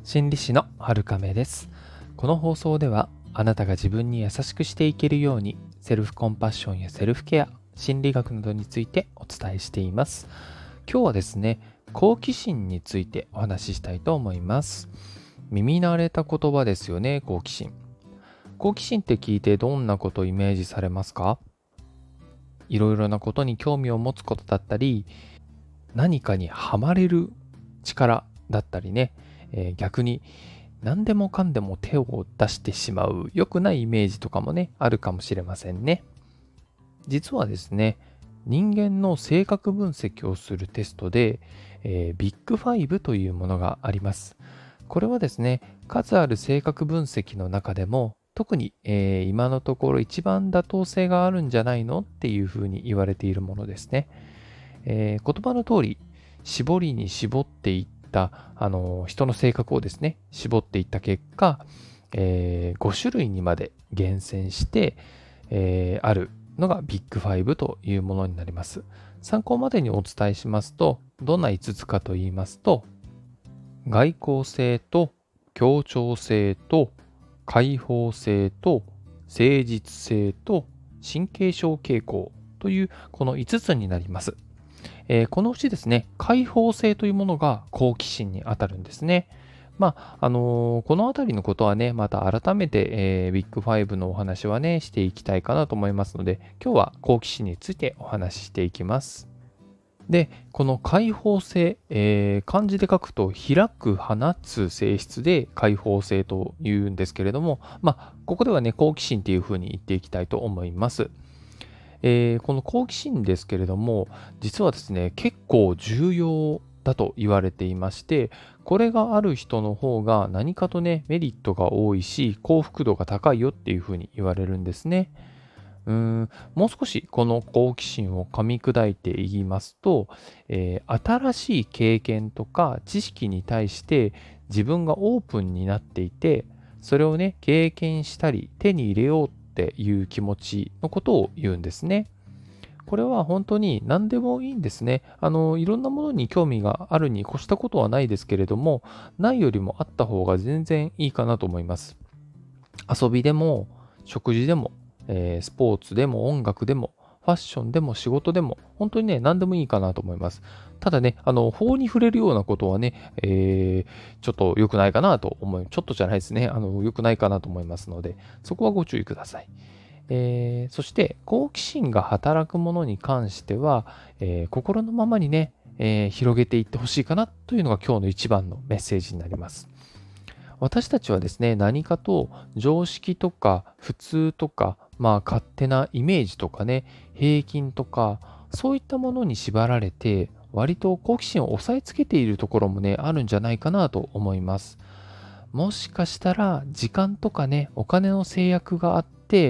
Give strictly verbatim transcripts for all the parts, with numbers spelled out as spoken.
心理師の春亀です。この放送ではあなたが自分に優しくしていけるようにセルフコンパッションやセルフケア、心理学などについてお伝えしています。今日はですね、好奇心についてお話ししたいと思います。耳慣れた言葉ですよね、好奇心。好奇心って聞いてどんなことをイメージされますか？いろいろなことに興味を持つことだったり、何かにハマれる力だったりね、えー逆に何でもかんでも手を出してしまう良くないイメージとかもね、あるかもしれませんね。実はですね、人間の性格分析をするテストで、えービッグファイブというものがあります。これはですね、数ある性格分析の中でも、特に、えー今のところ一番妥当性があるんじゃないのっていうふうに言われているものですね。えー言葉の通り、絞りに絞っていった、あのー人の性格をですね、絞っていった結果、えーご種類にまで厳選して、えーあるのがビッグファイブというものになります。参考までにお伝えしますと、どんないつつかと言いますと、外交性と協調性と開放性と誠実性と神経症傾向というこのいつつになります。えーこのうちですね、開放性というものが好奇心にあたるんですね。まあ、あのーこのあたりのことはね、また改めて、えービッグファイブのお話はね、していきたいかなと思いますので、今日は好奇心についてお話ししていきます。で、この開放性、えー漢字で書くと開く、放つ性質で開放性というんですけれども、まあ、ここではね、好奇心っていうふうに言っていきたいと思います。えーこの好奇心ですけれども、実はですね、結構重要だと言われていまして、これがある人の方が何かとね、メリットが多いし、幸福度が高いよっていうふうに言われるんですね。うーん、もう少しこの好奇心を噛み砕いて言いますと、えー新しい経験とか知識に対して自分がオープンになっていて、それをね、経験したり手に入れようっていう気持ちのことを言うんですね。これは本当に何でもいいんですね。あの、いろんなものに興味があるに越したことはないですけれども、ないよりもあった方が全然いいかなと思います。遊びでも、食事でも、えースポーツでも、音楽でも、ファッションでも、仕事でも、本当にね、何でもいいかなと思います。ただね、あの、法に触れるようなことはね、えーちょっと良くないかなと思い、ちょっとじゃないですね、あの、良くないかなと思いますので、そこはご注意ください。えーそして、好奇心が働くものに関しては、えー心のままにね、えー広げていってほしいかなというのが今日の一番のメッセージになります。私たちはですね、何かと常識とか普通とか、まあ勝手なイメージとかね、平均とか、そういったものに縛られて、割と好奇心を抑えつけているところもね、あるんじゃないかなと思います。もしかしたら、時間とかね、お金の制約があって、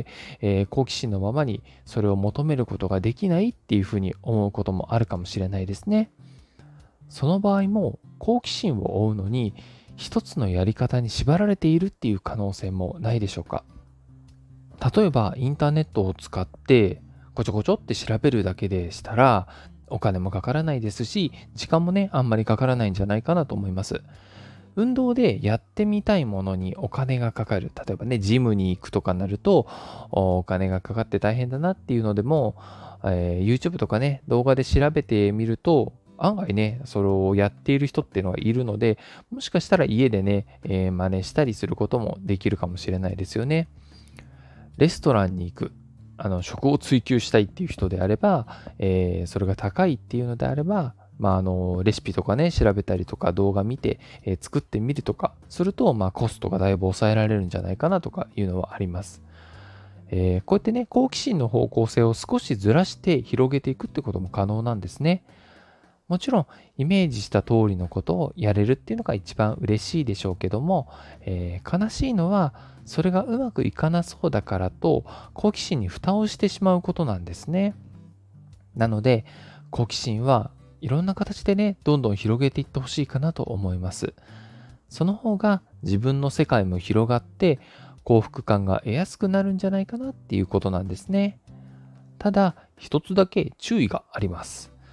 えー好奇心のままにそれを求めることができないっていうふうに思うこともあるかもしれないですね。その場合も好奇心を追うのに一つのやり方に縛られているっていう可能性もないでしょうか。例えばインターネットを使ってこちょこちょって調べるだけでしたらお金もかからないですし時間もねあんまりかからないんじゃないかなと思います。運動でやってみたいものにお金がかかる。例えばね、ジムに行くとかになると、お金がかかって大変だなっていうのでも、えー YouTube とかね、動画で調べてみると、案外ね、それをやっている人っていうのがいるので、もしかしたら家でね、えー真似したりすることもできるかもしれないですよね。レストランに行く。あの、食を追求したいっていう人であれば、えーそれが高いっていうのであれば、まあ、あの、レシピとかね、調べたりとか動画見て、えー作ってみるとかすると、まあ、コストがだいぶ抑えられるんじゃないかなとかいうのはあります。えーこうやってね、好奇心の方向性を少しずらして広げていくってことも可能なんですね。もちろん、イメージした通りのことをやれるっていうのが一番嬉しいでしょうけども、えー悲しいのは、それがうまくいかなそうだからと、好奇心に蓋をしてしまうことなんですね。なので、好奇心はいろんな形でね、どんどん広げていってほしいかなと思います。その方が自分の世界も広がって、幸福感が得やすくなるんじゃないかなっていうことなんですね。ただ、一つだけ注意があります。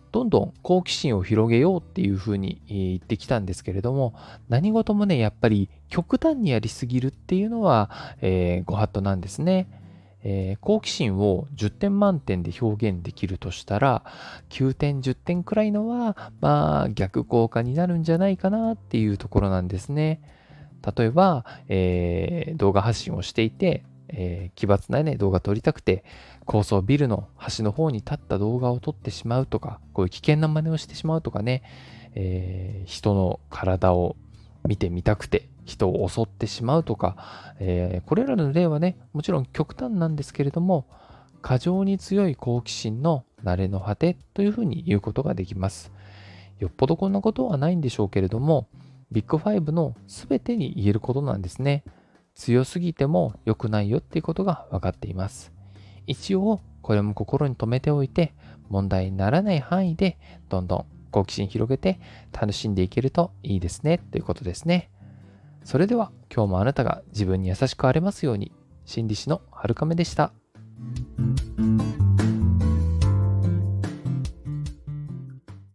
どんどん好奇心を広げようっていうふうに言ってきたんですけれども、何事もね、やっぱり極端にやりすぎるっていうのは、えーご法度なんですね。えー好奇心をじゅってん満点で表現できるとしたら、きゅうてん、じゅってんくらいのは、まあ逆効果になるんじゃないかなっていうところなんですね。例えば、えー動画発信をしていて、えー奇抜なね、動画撮りたくて、高層ビルの端の方に立った動画を撮ってしまうとか、こういう危険な真似をしてしまうとかね、えー人の体を見てみたくて、人を襲ってしまうとか、えーこれらの例はね、もちろん極端なんですけれども、過剰に強い好奇心の慣れの果てというふうに言うことができます。よっぽどこんなことはないんでしょうけれども、ビッグファイブの全てに言えることなんですね。強すぎても良くないよっていうことが分かっています。一応、これも心に留めておいて、問題にならない範囲で、どんどん好奇心広げて楽しんでいけるといいですね、ということですね。それでは、今日もあなたが自分に優しくあれますように、心理師のはるかめでした。